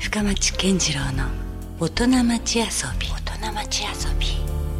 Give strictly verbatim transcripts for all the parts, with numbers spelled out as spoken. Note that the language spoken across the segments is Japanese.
深町健次郎の大人町遊び大人町遊び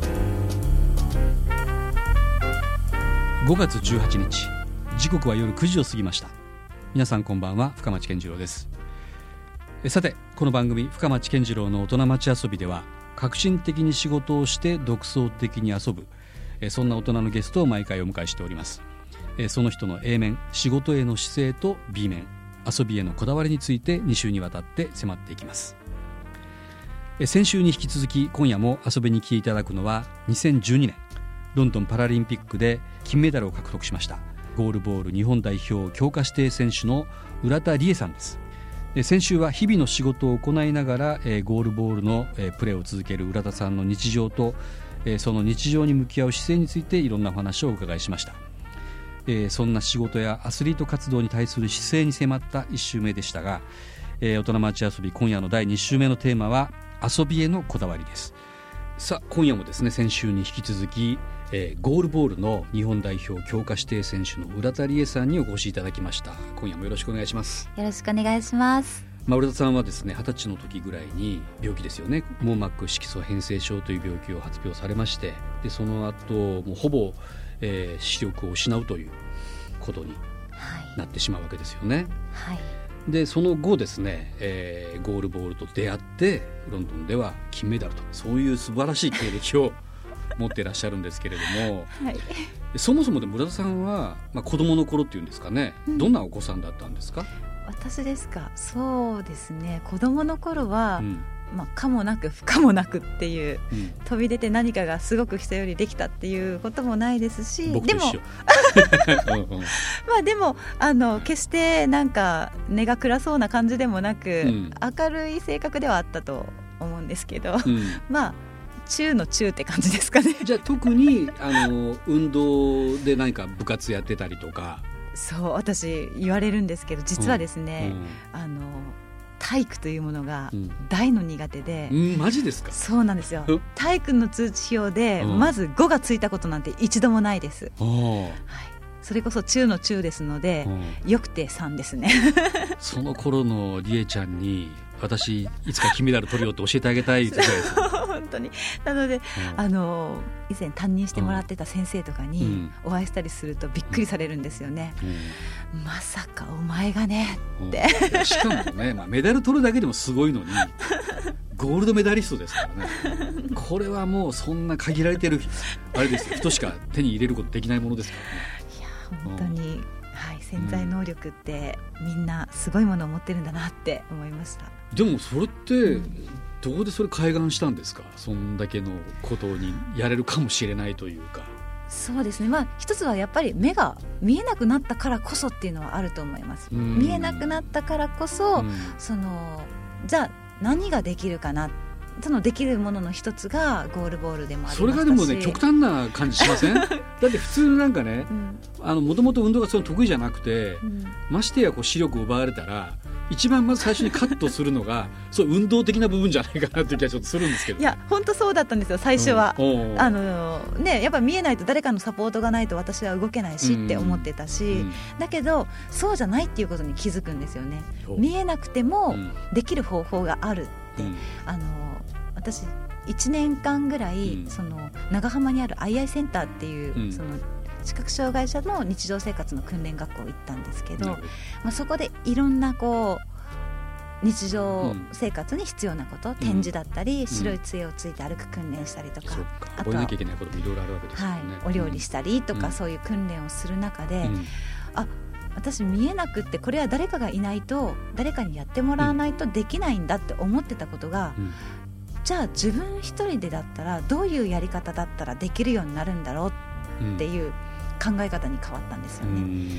ごがつじゅうはちにち、時刻は夜くじを過ぎました。皆さんこんばんは、深町健次郎です。えさて、この番組深町健次郎の大人町遊びでは、革新的に仕事をして独創的に遊ぶ、えそんな大人のゲストを毎回お迎えしております。えその人の A 面、仕事への姿勢と B 面、遊びへのこだわりについてに週にわたって迫っていきます。え先週に引き続き、今夜も遊びに来ていただくのはにせんじゅうにねんロンドンパラリンピックで金メダルを獲得しましたゴールボール日本代表強化指定選手の浦田理恵さんです。先週は日々の仕事を行いながらゴールボールのプレーを続ける浦田さんの日常と、その日常に向き合う姿勢についていろんなお話をお伺いしました。そんな仕事やアスリート活動に対する姿勢に迫ったいち週目でしたが、大人町遊び今夜のだいに週目のテーマは遊びへのこだわりです。さあ、今夜もですね、先週に引き続きえー、ゴールボールの日本代表強化指定選手の浦田理恵さんにお越しいただきました。今夜もよろしくお願いします。 よろしくお願いします。 まあ、浦田さんはですね、はたちの時ぐらいに病気ですよね、網膜色素変性症という病気を発表されまして、でその後もうほぼ、えー、視力を失うということになってしまうわけですよね。 はい、 でその後ですね、えー、ゴールボールと出会ってロンドンでは金メダルと、そういう素晴らしい経歴を持っていらっしゃるんですけれども、はい、そもそもで村田さんは、まあ、子供の頃っていうんですかね、うん、どんなお子さんだったんですか？ 私ですか。そうですね、子供の頃は、うんまあ、可もなく不可もなくっていう、うん、飛び出て何かがすごく人よりできたっていうこともないですし、 僕と一緒。 でもまあでもあの決してなんか根が暗そうな感じでもなく、うん、明るい性格ではあったと思うんですけど、うん、まあ中の中って感じですかね。 じゃあ特にあの運動で何か部活やってたりとか？ そう私言われるんですけど、実はですね、うん、あの体育というものが大の苦手で、 うん、マジですか？ そうなんですよ。体育の通知表でまずごがついたことなんて一度もないです、はい、それこそ中の中ですので、よくてさんですね。 その頃のりえちゃんに私いつか金メダル取るよって教えてあげたいです本当に。なので、うん、あの以前担任してもらってた先生とかにお会いしたりするとびっくりされるんですよね、うん、まさかお前がねって、 うん、しかもね、まあ、メダル取るだけでもすごいのにゴールドメダリストですからね。これはもうそんな限られてるあれですよ、人しか手に入れることできないものですからね。 いや本当に、うんはい、潜在能力ってみんなすごいものを持ってるんだなって思いました。 でもそれってどこでそれ開眼したんですか？そんだけのことにやれるかもしれないというか。 そうですね、まあ、一つはやっぱり目が見えなくなったからこそっていうのはあると思います。見えなくなったからこそ、そのじゃあ何ができるかな、そのできるものの一つがゴールボールでもありましたし、 それがでもね極端な感じしません？だって普通なんかね、もともと運動がその得意じゃなくて、うん、ましてやこう視力を奪われたら一番まず最初にカットするのがそう運動的な部分じゃないかなっていう気がちょっとするんですけど。 いや本当そうだったんですよ最初は、うん、あのね、やっぱ見えないと誰かのサポートがないと私は動けないしって思ってたし、うん、だけどそうじゃないっていうことに気づくんですよね。見えなくてもできる方法があるって、うん、あの私いちねんかんぐらい、うん、その長浜にある アイアイ センターっていう、うん、その視覚障害者の日常生活の訓練学校行ったんですけど、うんまあ、そこでいろんなこう日常生活に必要なこと、うん、展示だったり、うん、白い杖をついて歩く訓練したりとか、うん、 あとは覚えなきゃいけないこともいろいろあるわけですよね、はい、 お料理したりとか、うん、そういう訓練をする中で、うん、あ私見えなくってこれは誰かがいないと誰かにやってもらわないとできないんだって思ってたことが、うん、じゃあ自分一人でだったらどういうやり方だったらできるようになるんだろうっていう考え方に変わったんですよね、うん、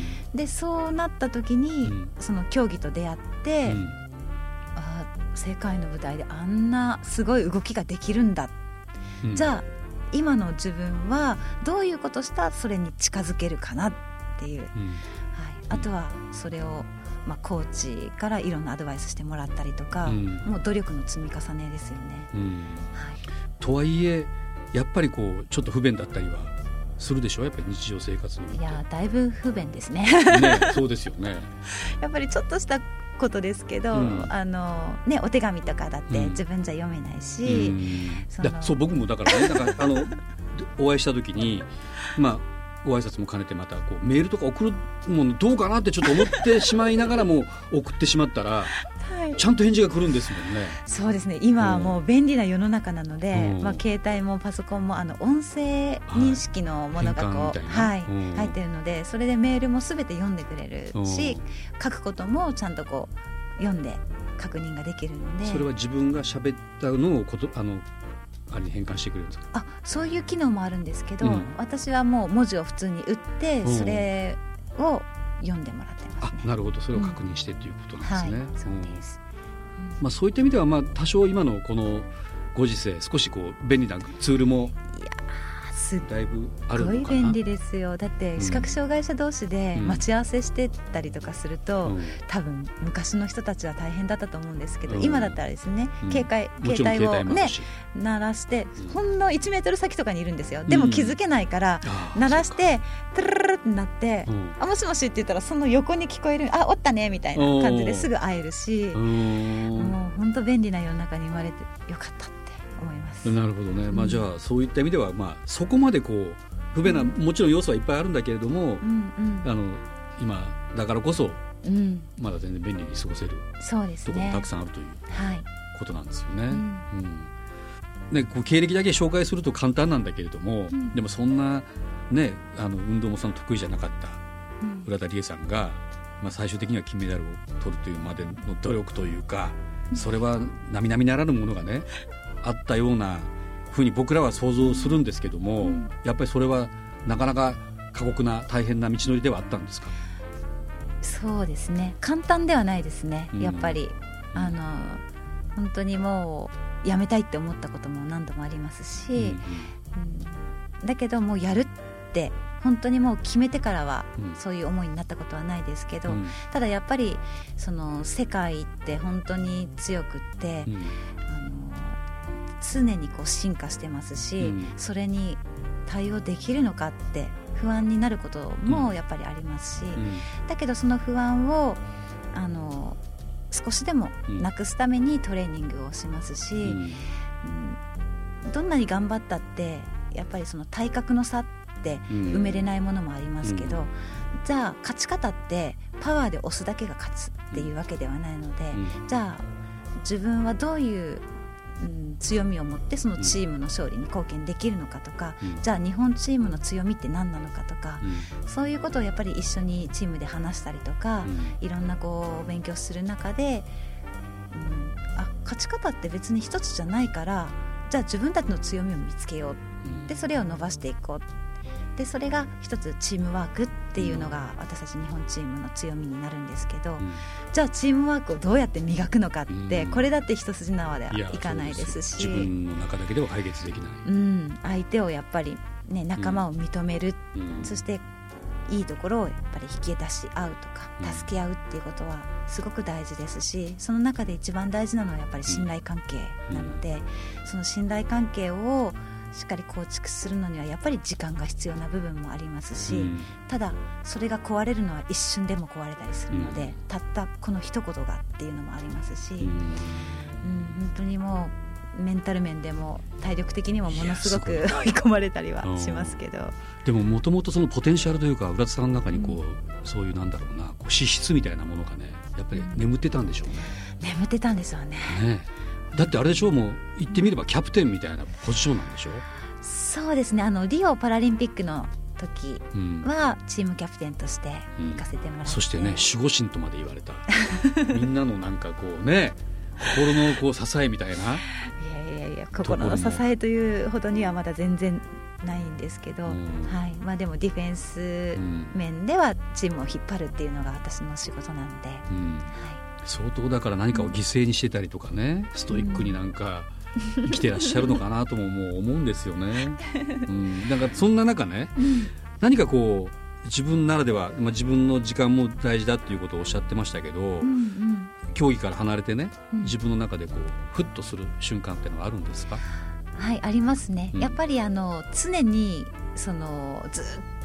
でそうなった時に、うん、その競技と出会って、うん、あ世界の舞台であんなすごい動きができるんだ、うん、じゃあ今の自分はどういうことしたらそれに近づけるかなっていう、うんはい、あとはそれをまあ、コーチからいろんなアドバイスしてもらったりとか、うん、もう努力の積み重ねですよね、うんはい、 とはいえやっぱりこうちょっと不便だったりはするでしょう。やっぱり日常生活において。 いやだいぶ不便ですねねそうですよねやっぱりちょっとしたことですけど、うん、あのね、お手紙とかだって自分じゃ読めないし、うん、 そのそう僕もだからねだからあのお会いした時に、まあ、ご挨拶も兼ねてまたこうメールとか送るものどうかなってちょっと思ってしまいながらも送ってしまったらはい、ちゃんと返事が来るんですもんね。 そうですね、今はもう便利な世の中なので、うんまあ、携帯もパソコンもあの音声認識のものがこう、はいはい、入っているので、それでメールもすべて読んでくれるし、書くこともちゃんとこう読んで確認ができるので。 それは自分が喋ったのをことあのあれに変換してくれるんですか？ あ、そういう機能もあるんですけど、うん、私はもう文字を普通に打ってそれを読んでもらってますね。 あ、なるほど、それを確認してということなんですね、うんはい、 そうです、 うんまあ、そういった意味では、まあ、多少今のこのご時世少しこう便利なツールもだいぶあるのかな。 すごい便利ですよ。だって視覚障害者同士で待ち合わせしてたりとかすると、うん、多分昔の人たちは大変だったと思うんですけど、うん、今だったらですね、うん、携帯、携帯を、ね、鳴らして、うん、ほんのいちメートル先とかにいるんですよ。でも気づけないから、うん、鳴らしてトゥルルルってなって、うん、あもしもしって言ったらその横に聞こえる、あおったねみたいな感じですぐ会えるし、もう本当便利な世の中に生まれてよかったって思います。 なるほどね、まあ、じゃあそういった意味では、まあ、そこまでこう不便な、うん、もちろん要素はいっぱいあるんだけれども、うんうん、あの今だからこそ、うん、まだ全然便利に過ごせるそうです、ね、 ところもたくさんあるという、 はい、 ことなんですよね、うんうんね、こう経歴だけ紹介すると簡単なんだけれども、うん、でもそんな、ね、あの運動もその得意じゃなかった浦田理恵さんが、まあ、最終的には金メダルを取るというまでの努力というか、それは並々ならぬものがねあったようなふうに僕らは想像するんですけども、うん、やっぱりそれはなかなか過酷な大変な道のりではあったんですか？ そうですね、簡単ではないですね、うん、やっぱりあの本当にもうやめたいって思ったことも何度もありますし、うんうんうん、だけどもうやるって本当にもう決めてからはそういう思いになったことはないですけど、うん、ただやっぱりその世界って本当に強くって、うん、あの常にこう進化してますし、うん、それに対応できるのかって不安になることもやっぱりありますし、うん、だけどその不安をあの少しでもなくすためにトレーニングをしますし、うんうん、どんなに頑張ったってやっぱりその体格の差って埋めれないものもありますけど、うん、じゃあ勝ち方ってパワーで押すだけが勝つっていうわけではないので、うん、じゃあ自分はどういううん、強みを持ってそのチームの勝利に貢献できるのかとか、うん、じゃあ日本チームの強みって何なのかとか、うん、そういうことをやっぱり一緒にチームで話したりとか、うん、いろんなこう勉強する中で、うん、あ勝ち方って別に一つじゃないから、じゃあ自分たちの強みを見つけよう、うん、でそれを伸ばしていこう、でそれが一つチームワークっていうのが私たち日本チームの強みになるんですけど、うん、じゃあチームワークをどうやって磨くのかって、うん、これだって一筋縄ではいかないですし、 自分の中だけでは解決できない、 うん、相手をやっぱり、ね、仲間を認める、うん、そしていいところをやっぱり引き出し合うとか、うん、助け合うっていうことはすごく大事ですし、その中で一番大事なのはやっぱり信頼関係なので、うん、その信頼関係をしっかり構築するのにはやっぱり時間が必要な部分もありますし、うん、ただそれが壊れるのは一瞬でも壊れたりするので、うん、たったこの一言がっていうのもありますし、うんうん、本当にもうメンタル面でも体力的にもものすごく追い込まれたりはしますけど、 でももともとそのポテンシャルというか浦田さんの中にこう、うん、そういうなんだろうなこう資質みたいなものがねやっぱり眠ってたんでしょうね、 うん、眠ってたんですよ ね, ねだってあれでしょう、もう言ってみればキャプテンみたいなポジションなんでしょう。 そうですね、あのリオパラリンピックの時はチームキャプテンとして行かせてもらって、うん、 そしてね守護神とまで言われたみんなのなんかこうね心のこう支えみたいな、いやいやいや心の支えというほどにはまだ全然ないんですけど、うん、はい、まあ、でもディフェンス面ではチームを引っ張るっていうのが私の仕事なんで、うん、はい、相当だから何かを犠牲にしてたりとかね、ストイックになんか生きてらっしゃるのかなとももう思うんですよね、うん、だからそんな中ね、何かこう自分ならでは、まあ、自分の時間も大事だっていうことをおっしゃってましたけど、うんうん、競技から離れてね、自分の中でこうフッとする瞬間っていうのはあるんですか？ はい、ありますね、うん、やっぱりあの常にそのずっと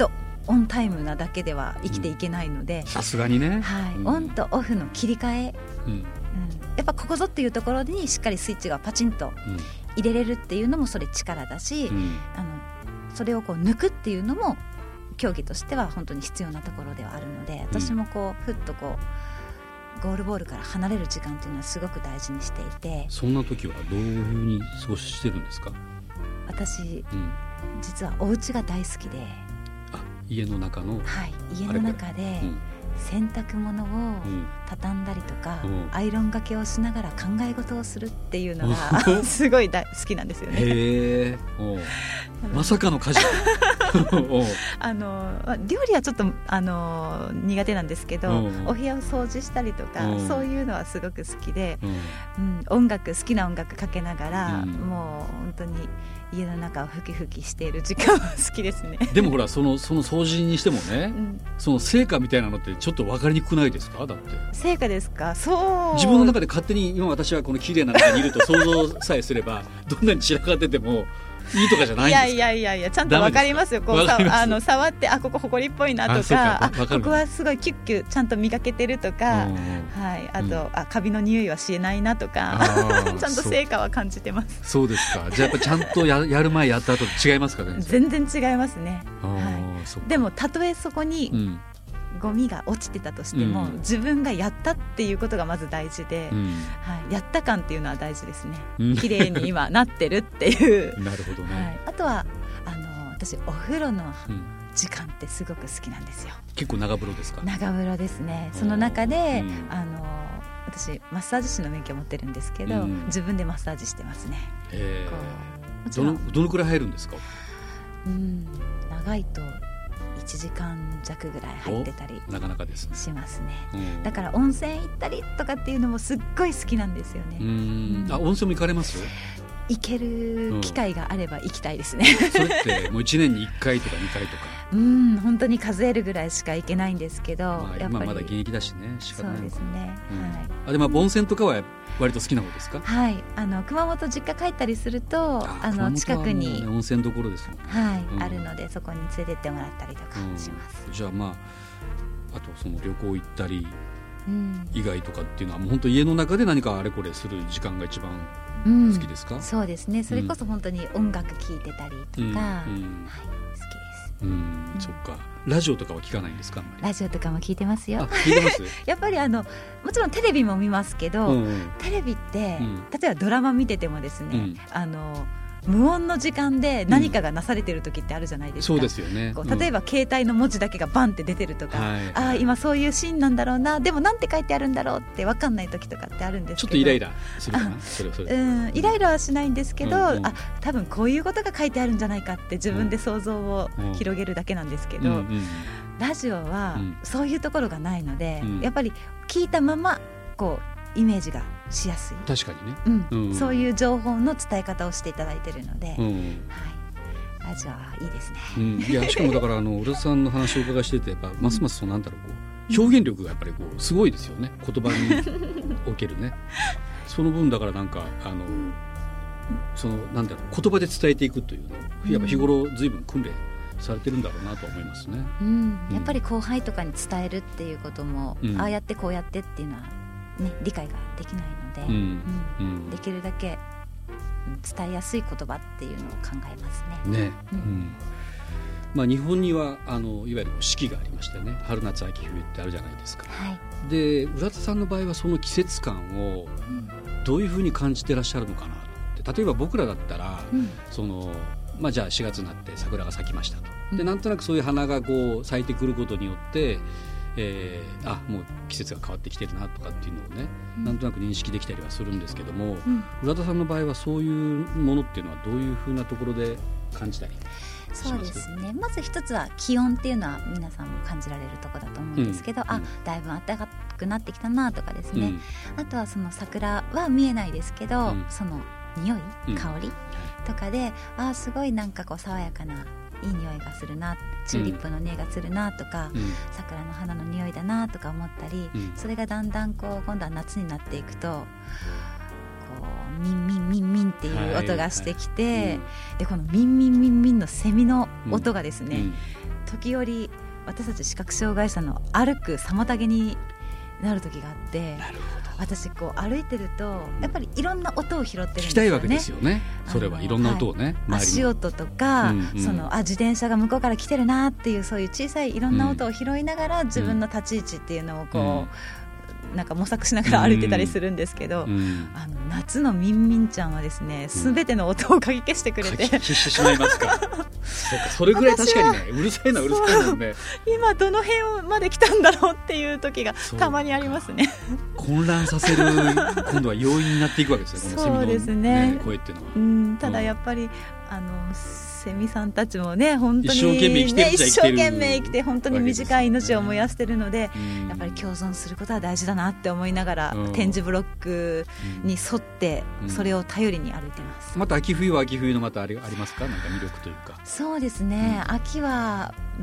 オンタイムなだけでは生きていけないので、 さすがにね、 はい、 うん、 オンとオフの切り替え、 うんうん、やっぱここぞっていうところにしっかりスイッチがパチンと入れれるっていうのもそれ力だし、うん、あのそれをこう抜くっていうのも競技としては本当に必要なところではあるので、私もこうふっとこうゴールボールから離れる時間っていうのはすごく大事にしていて。 そんな時はどういうふうに過ごしてるんですか？ 私、うん、実はお家が大好きで、 あ、家の中の、 はい、家の中で洗濯物を畳んだりとか、うん、アイロンがけをしながら考え事をするっていうのがすごい大好きなんですよね。 へー、まさかの家事あの料理はちょっとあの苦手なんですけど、お部屋を掃除したりとかそういうのはすごく好きで、うん、音楽好きな音楽かけながら、うん、もう本当に家の中をふきふきしている時間は好きですね。 でもほらその、その掃除にしてもね、うん、その成果みたいなのってちょっと分かりにくくないですか？だって成果ですか？そう自分の中で勝手に今私はこの綺麗な中にいると想像さえすればどんなに散らかっててもいいとかじゃないんですか？いやいやいやいやちゃんと分かりますよ。こうさあの触ってあここほこりっぽいなとか、あここはすごいキュッキュちゃんと磨けてるとか、はい、あと、うん、あカビの匂いは消えないなとかちゃんと成果は感じてます。 そう、そうですか。じゃあやっぱちゃんと や, やる前やった後と違いますかね？ 全然違いますね、はい、でもたとえそこに、うん、ゴミが落ちてたとしても、うん、自分がやったっていうことがまず大事で、うんはい、やった感っていうのは大事ですね、うん、綺麗に今なってるっていうなるほどね、はい、 あとはあの私お風呂の時間ってすごく好きなんですよ。 結構長風呂ですか？ 長風呂ですね。その中で、うん、あの私マッサージ師の免許を持ってるんですけど、うん、自分でマッサージしてますね。 へー、どの、どのくらい入るんですか？ うん、長いといちじかん弱ぐらい入ってたりなかなかですねしますね、うん、だから温泉行ったりとかっていうのもすっごい好きなんですよね。 うーん、うん、あ温泉も行かれます？ 行ける機会があれば行きたいですね、 うん、それってもういちねんにいっかいとかにかいとかうん本当に数えるぐらいしか行けないんですけど、 まあ、 やっぱり今まだ現役だしね仕方ない。 そうですね、うん、はい、 あでも温泉とかは割と好きな方ですか？ はい、あの熊本実家帰ったりすると あ, あの近くに、 ね、温泉どころですもんね、 はいうん、 あるのでそこに連れてってもらったりとかします、 うん、じゃあまああとその旅行行ったり以外とかっていうのはもう本当家の中で何かあれこれする時間が一番好きですか？ うん、そうですね。それこそ本当に音楽聴いてたりとか、うんうんはい、好きです。 うん、うん、そっか。ラジオとかは聞かないんですか？ ラジオとかも聞いてますよ。 あ、聞いてます？ やっぱりあのもちろんテレビも見ますけど、うんうん、テレビって、うん、例えばドラマ見ててもですね、うん、あの無音の時間で何かがなされてる時ってあるじゃないですか、 うん、そうですよね、 こう例えば携帯の文字だけがバンって出てるとか、うん、あ今そういうシーンなんだろうな、でもなんて書いてあるんだろうって分かんない時とかってあるんですけど、 ちょっとイライラするかなそれそれ、 うん、イライラはしないんですけど、うんうん、あ多分こういうことが書いてあるんじゃないかって自分で想像を広げるだけなんですけど、うんうんうん、ラジオはそういうところがないので、うん、やっぱり聞いたままこうイメージがしやすい。 確かにね、 うんうん、そういう情報の伝え方をしていただいているので、うんはい、ラジオはいいですね、 うん、いやしかもだからあの浦田さんの話をお伺いしててやっぱますますそうなんだろうこう表現力がやっぱりこうすごいですよね、言葉におけるねその分だからなんかあのそのなんだろう言葉で伝えていくというのをやっぱ日頃ずいぶん訓練されてるんだろうなと思いますね、 うんうん、やっぱり後輩とかに伝えるっていうことも、うん、ああやってこうやってっていうのはね、理解ができないので、うんうん、できるだけ伝えやすい言葉っていうのを考えますね。 ね、うんうんまあ、日本にはあのいわゆる四季がありましてね、春夏秋冬ってあるじゃないですか、はい、で浦田さんの場合はその季節感をどういうふうに感じてらっしゃるのかなと。例えば僕らだったら、うんそのまあ、じゃあしがつになって桜が咲きましたと。でなんとなくそういう花がこう咲いてくることによってえー、あもう季節が変わってきてるなとかっていうのをね、うん、なんとなく認識できたりはするんですけども、うん、浦田さんの場合はそういうものっていうのはどういうふうなところで感じたりします？ そうですね、まず一つは気温っていうのは皆さんも感じられるところだと思うんですけど、うん、あだいぶ暖かくなってきたなとかですね、うん、あとはその桜は見えないですけど、うん、その匂い、香りとかで、あすごいなんかこう爽やかないい匂いがするな、チューリップの匂いがするなとか、うん、桜の花の匂いだなとか思ったり、うん、それがだんだんこう今度は夏になっていくとこうミンミンミンミンっていう音がしてきて、はいはい、でこのミンミンミンミンのセミの音がですね、うんうん、時折私たち視覚障害者の歩く妨げになる時があって、なるほど、私こう歩いてるとやっぱりいろんな音を拾ってるんですよね。聞きたいわけですよね。 それはいろんな音をね、 はい、足音とか、うんうん、そのあ自転車が向こうから来てるなっていうそういう小さいいろんな音を拾いながら、うん、自分の立ち位置っていうのをこう、うんなんか模索しながら歩いてたりするんですけど、うん、あの夏のミンミンちゃんはですね、すべての音をかき消してくれて、 かき消してしまいますかそうか、それぐらい確かにね、うるさいなうるさいもんね。 今どの辺まで来たんだろうっていう時がたまにありますね。 混乱させる今度は要因になっていくわけですね、このセミの、ね、そうですね、声っていうのは、 うん、ただやっぱりあのセミさんたちもね本当に、 一生懸命生きてる、 ね、一生懸命生きて本当に短い命を燃やしてるので、やっぱり共存することは大事だなって思いながら、うん、点字ブロックに沿ってそれを頼りに歩いてます、 うん、また秋冬は秋冬のまたあり、ありますか、なんか魅力というか。 そうですね、うん、秋は、うん、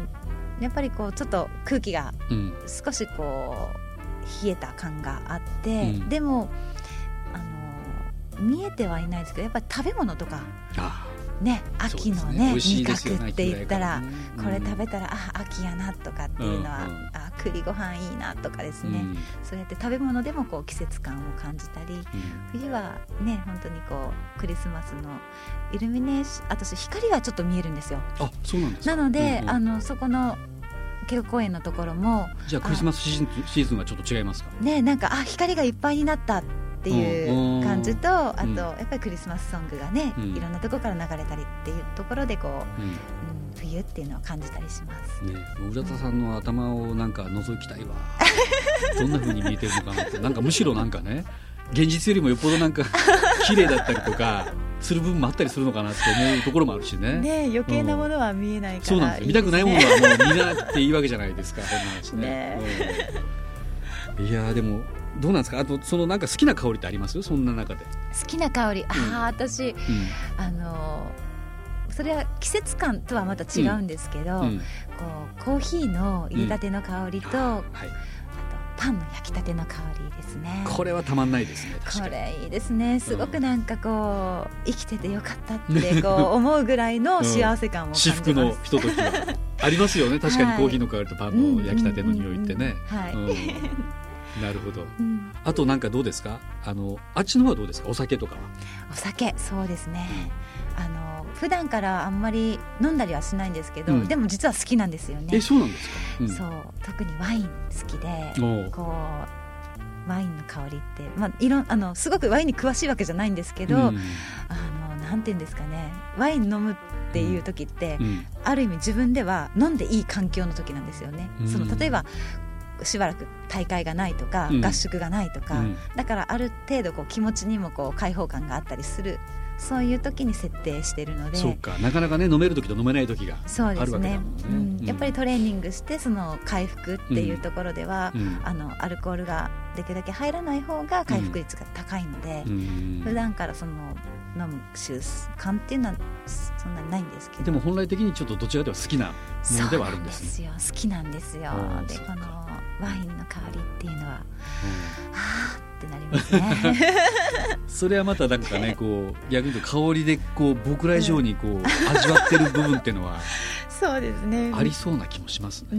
やっぱりこうちょっと空気が少しこう冷えた感があって、うん、でもあの見えてはいないですけど、やっぱり食べ物とかね、秋の ね, ね味覚って言ったら、ね、これ食べたら、うん、あ秋やなとかっていうのは、うんうん、あ栗ご飯いいなとかですね、うん、そうやって食べ物でもこう季節感を感じたり、うん、冬はね本当にこうクリスマスのイルミネーション、私光がちょっと見えるんですよ。 あ、そうなんですか。 なので、 うんうん、 あのそこの慶応公園のところも、 じゃあクリスマスシーズン、シーズンはちょっと違いますかね。なんかあ光がいっぱいになったっていう感じと、あと、うん、やっぱりクリスマスソングがね、うん、いろんなところから流れたりっていうところでこう、うんうん、冬っていうのを感じたりします、 ね、浦田さんの頭をなんか覗きたいわどんな風に見えてるのかなって、なんかむしろなんかね現実よりもよっぽどなんか綺麗だったりとかする部分もあったりするのかなって思うところもあるしね。 ね、余計なものは見えないから、 うん、そうなんです。見たくないものはもう見なくていいわけじゃないですか、こんな話ね。 ね、 うん、いやでもどうなんですか。あとそのなんか好きな香りってあります？そんな中で好きな香り、うん、あ私、うん、あのそれは季節感とはまた違うんですけど、うん、こうコーヒーの入れたての香りと、うん、はい、あとパンの焼きたての香りですね。 これはたまんないですね。確かにこれいいですね。すごくなんかこう生きててよかったってこう思うぐらいの幸せ感を感じます、うん、至福のひとときはありますよね。確かにコーヒーの香りとパンの焼きたての匂いってね。なるほど、うん、あとなんかどうですか、あのあっちの方はどうですか、お酒とかは。 お酒、そうですね、うん、あの普段からあんまり飲んだりはしないんですけど、うん、でも実は好きなんですよね。 え、そうなんですか、うん、 そう特にワイン好きで、こうワインの香りって、まあ、いろんあのすごくワインに詳しいわけじゃないんですけど、うん、あのなんていうんですかね、ワイン飲むっていう時って、うん、ある意味自分では飲んでいい環境の時なんですよね、うん、その例えばしばらく大会がないとか、うん、合宿がないとか、うん、だからある程度こう気持ちにもこう開放感があったりする、そういう時に設定しているので。 そうか、なかなかね飲める時と飲めない時があるわけだもんね。 そうですね、うん、やっぱりトレーニングしてその回復っていうところでは、うん、あのアルコールができるだけ入らない方が回復率が高いので、うん、普段からその飲む習慣っていうのはそんなにないんですけど、 でも本来的にちょっとどちらでは好きなものではあるんですね。 そうなんですよ、好きなんですよ。でこのワインの香りっていうのは、うん、はーってなりますねそれはまたなんかねこう逆に言うと香りでこう僕ら以上にこう、うん、味わってる部分っていうのはそうですね、 ありそうな気もしますね。 うん、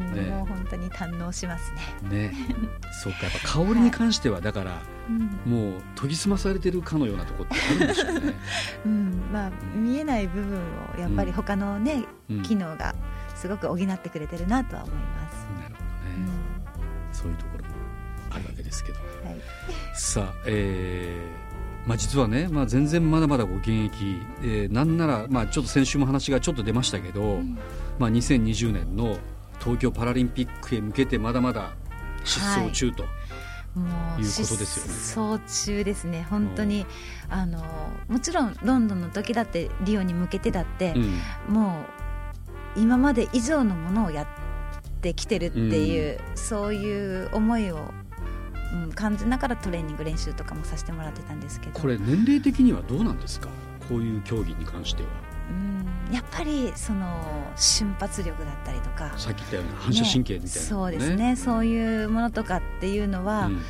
ね、もう本当に堪能しますね。 ねそうか、やっぱ香りに関してはだから、はい、もう研ぎ澄まされてるかのようなところってあるんでしょうね、 うんまあ、見えない部分をやっぱり他のね、うん、機能がすごく補ってくれてるなとは思います。 なるほどね、うん、そういうところもあるわけですけど、 はい、 さあ、えーまあ、実はね、まあ、全然まだまだご現役、えー、なんなら、まあ、ちょっと先週も話がちょっと出ましたけど、うんまあ、にせんにじゅうねんの東京パラリンピックへ向けてまだまだ疾走中と、はい、もういうことですよね。 疾走中ですね本当に。あのもちろんロンドンの時だってリオに向けてだって、うん、もう今まで以上のものをやってきてるっていう、うん、そういう思いをうん、感じながらトレーニング練習とかもさせてもらってたんですけど、 これ年齢的にはどうなんですか、こういう競技に関しては。 うんやっぱりその瞬発力だったりとか、 さっき言ったような反射神経みたいな、ねね、そうですね、そういうものとかっていうのは、うん、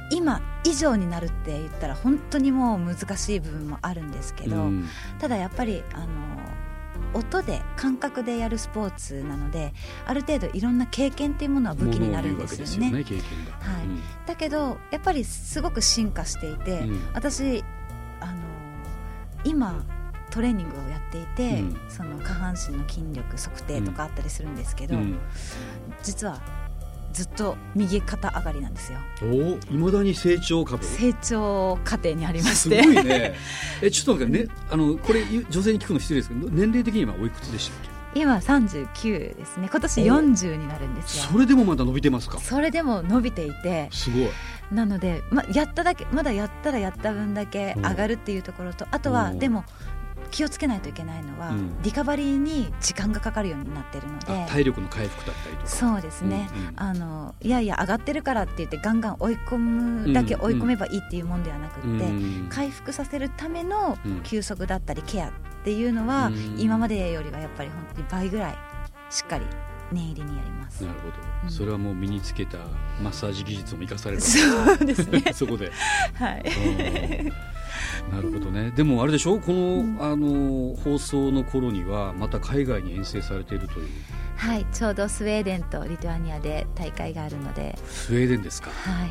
今以上になるって言ったら本当にもう難しい部分もあるんですけど、うん、ただやっぱりあの音で感覚でやるスポーツなのである程度いろんな経験っていうものは武器になるんですよね。 経験が、 はいうん、 だけどやっぱりすごく進化していて、うん、私あの今トレーニングをやっていて、うん、その下半身の筋力測定とかあったりするんですけど、うん、実はずっと右肩上がりなんですよ。 お、未だに成長株成長過程にありまして、 すごいね。えちょっと待って、ね、あのこれ女性に聞くの失礼ですけど年齢的に今おいくつでしたっけ？ 今さんじゅうきゅうですね。今年よんじゅうになるんですよ。 それでもまだ伸びてますか？ それでも伸びていて、 すごい。 なので、ま、やっただけまだやったらやった分だけ上がるっていうところと、あとはでも気をつけないといけないのは、うん、リカバリーに時間がかかるようになってるので、 体力の回復だったりとか。 そうですね、うんうん、あのいやいや上がってるからって言ってガンガン追い込むだけ追い込めばいいっていうもんではなくって、うんうん、回復させるための休息だったりケアっていうのは、うん、今までよりはやっぱり本当に倍ぐらいしっかり念入りにやります。 なるほど、うん、それはもう身につけたマッサージ技術も生かされる。 そうですねそこではいなるほどね。でもあれでしょ、この、うん、あの放送の頃にはまた海外に遠征されているという。 はい、ちょうどスウェーデンとリトアニアで大会があるので。 スウェーデンですか？ はい、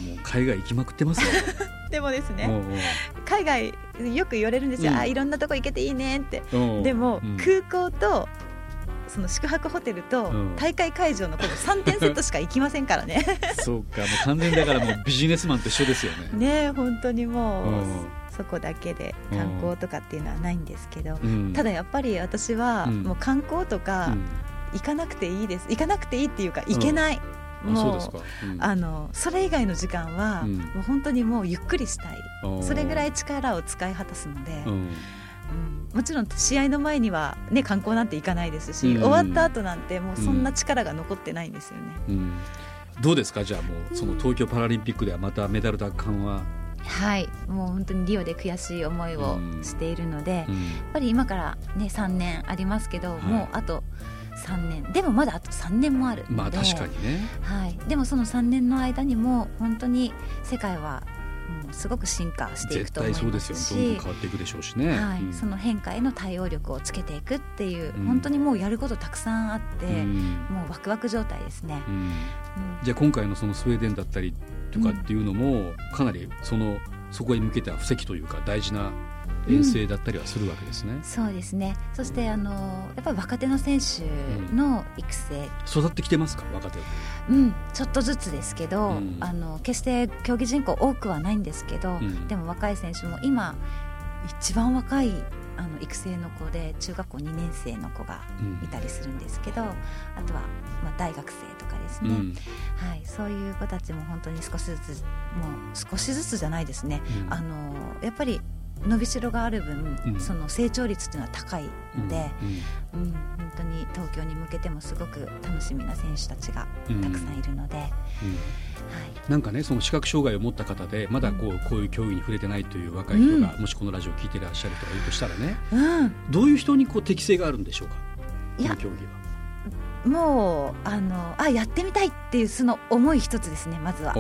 もう海外行きまくってますねでもですね、おうおう海外よく言われるんですよ、うん、あいろんなとこ行けていいねって。でも、うん、空港とその宿泊ホテルと大会会場のこのさんてんセットしか行きませんからねそうか、もう完全だからもうビジネスマンと一緒ですよね。 ね、本当にもう、うん、そこだけで観光とかっていうのはないんですけど、うん、ただやっぱり私はもう観光とか行かなくていいです。行かなくていいっていうか行けない、うん、もう、そうですか、うん、あのそれ以外の時間はもう本当にもうゆっくりしたい、うん、それぐらい力を使い果たすので、うんうん、もちろん試合の前には、ね、観光なんて行かないですし、うん、終わった後なんてもうそんな力が残ってないんですよね、うんうん、 どうですか？じゃあもうその東京パラリンピックではまたメダル奪還は、 はい、もう本当にリオで悔しい思いをしているので、うんうん、やっぱり今から、ね、さんねんありますけど、はい、もうあとさんねんでもまだあとさんねんもあるので、 まあ確かにね、 はい、でもそのさんねんの間にも本当に世界はもうすごく進化していくと思いますし、 絶対そうですよ、どんどん変わっていくでしょうしね、 はい、うん、その変化への対応力をつけていくっていう、うん、本当にもうやることたくさんあって、うん、もうワクワク状態ですね、うんうん、 じゃあ今回のそのスウェーデンだったりとかっていうのも、かなりそのそこへ向けた布石というか大事な遠征だったりはするわけですね、 うん、そうですね。そしてあのやっぱり若手の選手の育成、 うん、育ってきてますか？若手、 うん、ちょっとずつですけど、うん、あの決して競技人口多くはないんですけど、うん、でも若い選手も今一番若いあの育成の子で中学校にねん生の子がいたりするんですけど、うん、あとは、まあ、大学生とかですね、うん、はい、そういう子たちも本当に少しずつ、もう少しずつじゃないですね、うん、あのやっぱり伸びしろがある分、うん、その成長率というのは高いので、うんうんうん、本当に東京に向けてもすごく楽しみな選手たちがたくさんいるので、うんうん、はい、 なんかね、その視覚障害を持った方でまだこう、うん、こういう競技に触れてないという若い人が、うん、もしこのラジオを聞いていらっしゃる人がいるとしたらね、うん、どういう人にこう適性があるんでしょうか？この競技はもうあのあやってみたいっていうその思い一つですね。まずは、うん、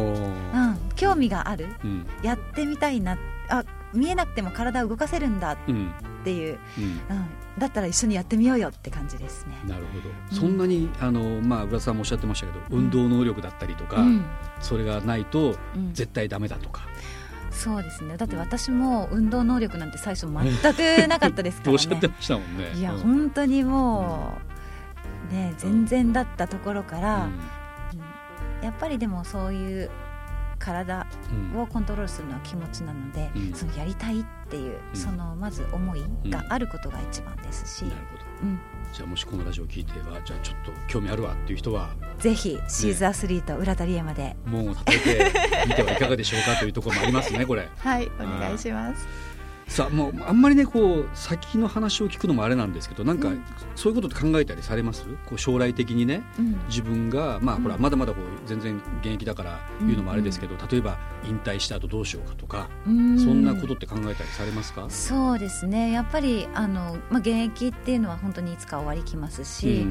興味がある、うん、やってみたいな、あ見えなくても体を動かせるんだっていう、うんうん、だったら一緒にやってみようよって感じですね。 なるほど、うん、そんなにあの、まあ、浦田さんもおっしゃってましたけど、運動能力だったりとか、うん、それがないと絶対ダメだとか、 うん、そうですね。だって私も運動能力なんて最初全くなかったですからねおっしゃってましたもんね。 いや、うん、本当にもう、ね、全然だったところから、うんうん、やっぱりでもそういう体をコントロールするのは気持ちなので、うん、そのやりたいっていう、うん、そのまず思いがあることが一番ですし、うん、なるほど、うん、 じゃあもしこのラジオを聞いてはじゃあちょっと興味あるわっていう人はぜひシーズアスリート浦田理恵まで門を叩いてみてはいかがでしょうかというところもありますねこれはいお願いします。 さあもうあんまりねこう先の話を聞くのもあれなんですけど、なんかそういうことって考えたりされます？こう将来的にね、うん、自分がまあほらまだまだこう全然現役だから言うのもあれですけど、うんうん、例えば引退した後どうしようかとか、うん、そんなことって考えたりされますか？ そうですね、やっぱりあの、まあ、現役っていうのは本当にいつか終わりきますし、うん、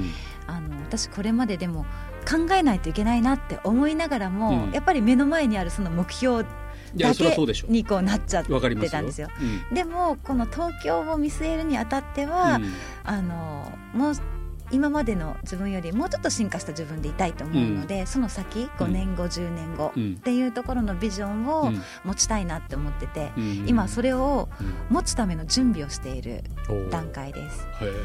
あの私これまででも考えないといけないなって思いながらも、うん、やっぱり目の前にあるその目標だけにこうなっちゃってたんですよ。うん、でもこの東京を見据えるにあたっては、うん、あのもう今までの自分よりもうちょっと進化した自分でいたいと思うので、うん、その先ごねんご、じゅうねんごっていうところのビジョンを持ちたいなって思ってて、うん、今それを持つための準備をしている段階です。はい、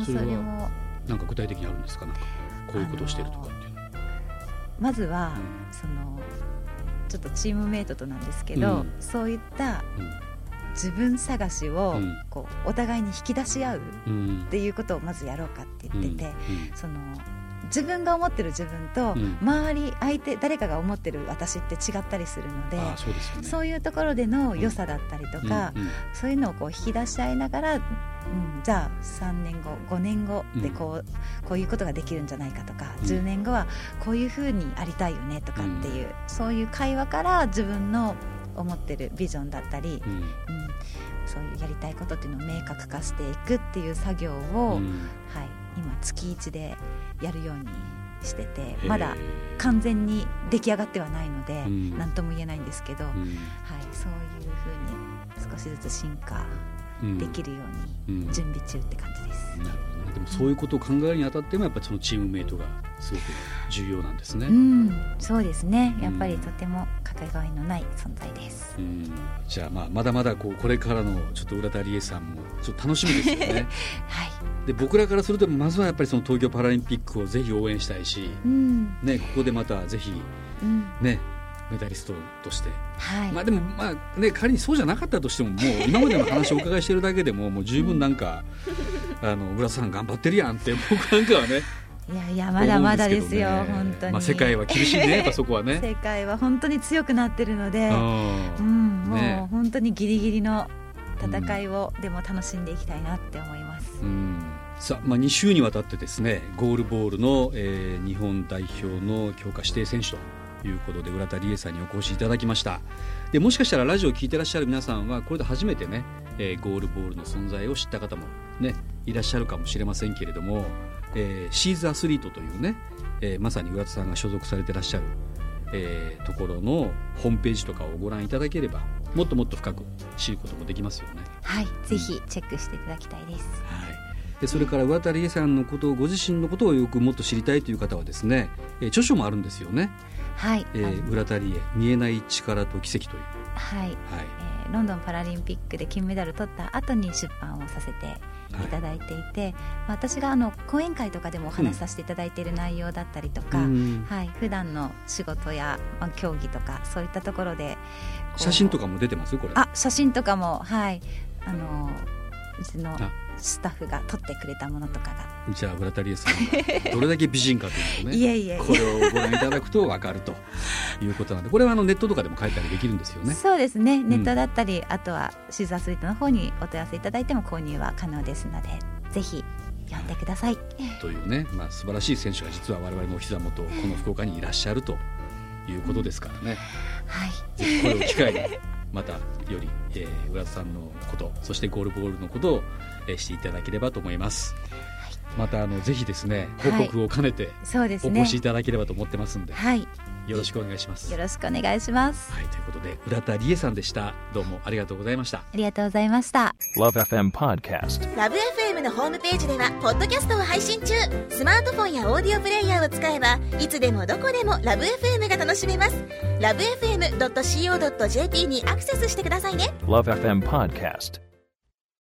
それはなんか具体的にあるんですか？なんかこういうことをしているとかっていうの。 まずは、うん、そのちょっとチームメイトとなんですけど、うん、そういった自分探しをこうお互いに引き出し合うっていうことをまずやろうかって言ってて、その自分が思ってる自分と周り相手誰かが思ってる私って違ったりするので、そうですよね、そういうところでの良さだったりとか、うんうん、そういうのをこう引き出し合いながら、うん、じゃあさんねんごごねんごでこう、うん、こういうことができるんじゃないかとか、うん、じゅうねんごはこういうふうにありたいよねとかっていう、うん、そういう会話から自分の思ってるビジョンだったり、うんうん、そういうやりたいことっていうのを明確化していくっていう作業を、うん、はい、今月いちでやるようにしてて、まだ完全に出来上がってはないので、うん、何とも言えないんですけど、うん、はい、そういうふうに少しずつ進化できるように準備中って感じです。 うんうん、なるほどね。でもそういうことを考えるにあたってもやっぱりそのチームメイトがすごく重要なんですね。 うん、そうですね。やっぱりとてもかけがえのない存在です。 うん、じゃあ、まあまだまだこうこれからのちょっと浦田理恵さんもちょっと楽しみですよね。はい。で僕らからするとまずはやっぱりその東京パラリンピックをぜひ応援したいし、うんね、ここでまたぜひ、うんね、メダリストとして、はい、まあでもまあね仮にそうじゃなかったとしてももう今までの話をお伺いしてるだけでももう十分なんか、うん、あの浦田さん頑張ってるやんって僕なんかはねいやいやまだまだですよ、ね、本当に、 まあ、世界は厳しいねやっぱそこはね世界は本当に強くなってるので、うん、もう、ね、本当にギリギリの戦いをでも楽しんでいきたいなって思います。うん、 さあ、まあ、に週にわたってですねゴールボールの、えー、日本代表の強化指定選手ということで浦田理恵さんにお越しいただきました。でもしかしたらラジオを聞いてらっしゃる皆さんはこれで初めてね、えー、ゴールボールの存在を知った方も、ね、いらっしゃるかもしれませんけれども、えー、シーズアスリートというね、えー、まさに浦田さんが所属されてらっしゃる、えー、ところのホームページとかをご覧いただければもっともっと深く知ることもできますよね。 はい、ぜひチェックしていただきたいです。 はい、でそれから浦田理恵さんのことをご自身のことをよくもっと知りたいという方はですね、えー、著書もあるんですよね。はい、えー、浦田理恵見えない力と奇跡という、 はいはい、えー、ロンドンパラリンピックで金メダル取った後に出版をさせていただいていて、はい、私があの講演会とかでもお話しさせていただいている内容だったりとか、うん、はい、普段の仕事や、まあ、競技とかそういったところで写真とかも出てますこれ。 あ、写真とかも、はい、あのうちのスタッフが撮ってくれたものとかが。 じゃあ浦田理恵さんがどれだけ美人かというのをねいえいえいえこれをご覧いただくと分かるということなんで、これはあのネットとかでも書いたりできるんですよね。 そうですね、ネットだったり、うん、あとはシーズアスリートの方にお問い合わせいただいても購入は可能ですのでぜひ読んでくださいというね、まあ、素晴らしい選手が実は我々のお膝元この福岡にいらっしゃるということですからね、はい、ぜひこれを機会にまたより、えー、浦田さんのことそしてゴールボールのことを、えー、していただければと思います。またあのぜひですね報告を兼ねてお越しいただければと思ってますので、はい、よろしくお願いします。 よろしくお願いします、 はい、ということで浦田理恵さんでした。どうもありがとうございました。 ありがとうございました。 ラブエフエム Podcast ラブ エフエム のホームページではポッドキャストを配信中。スマートフォンやオーディオプレイヤーを使えばいつでもどこでもラブ エフエム が楽しめます。 ラブエフエムドットシーオードットジェーピー にアクセスしてくださいね。 ラブエフエム Podcast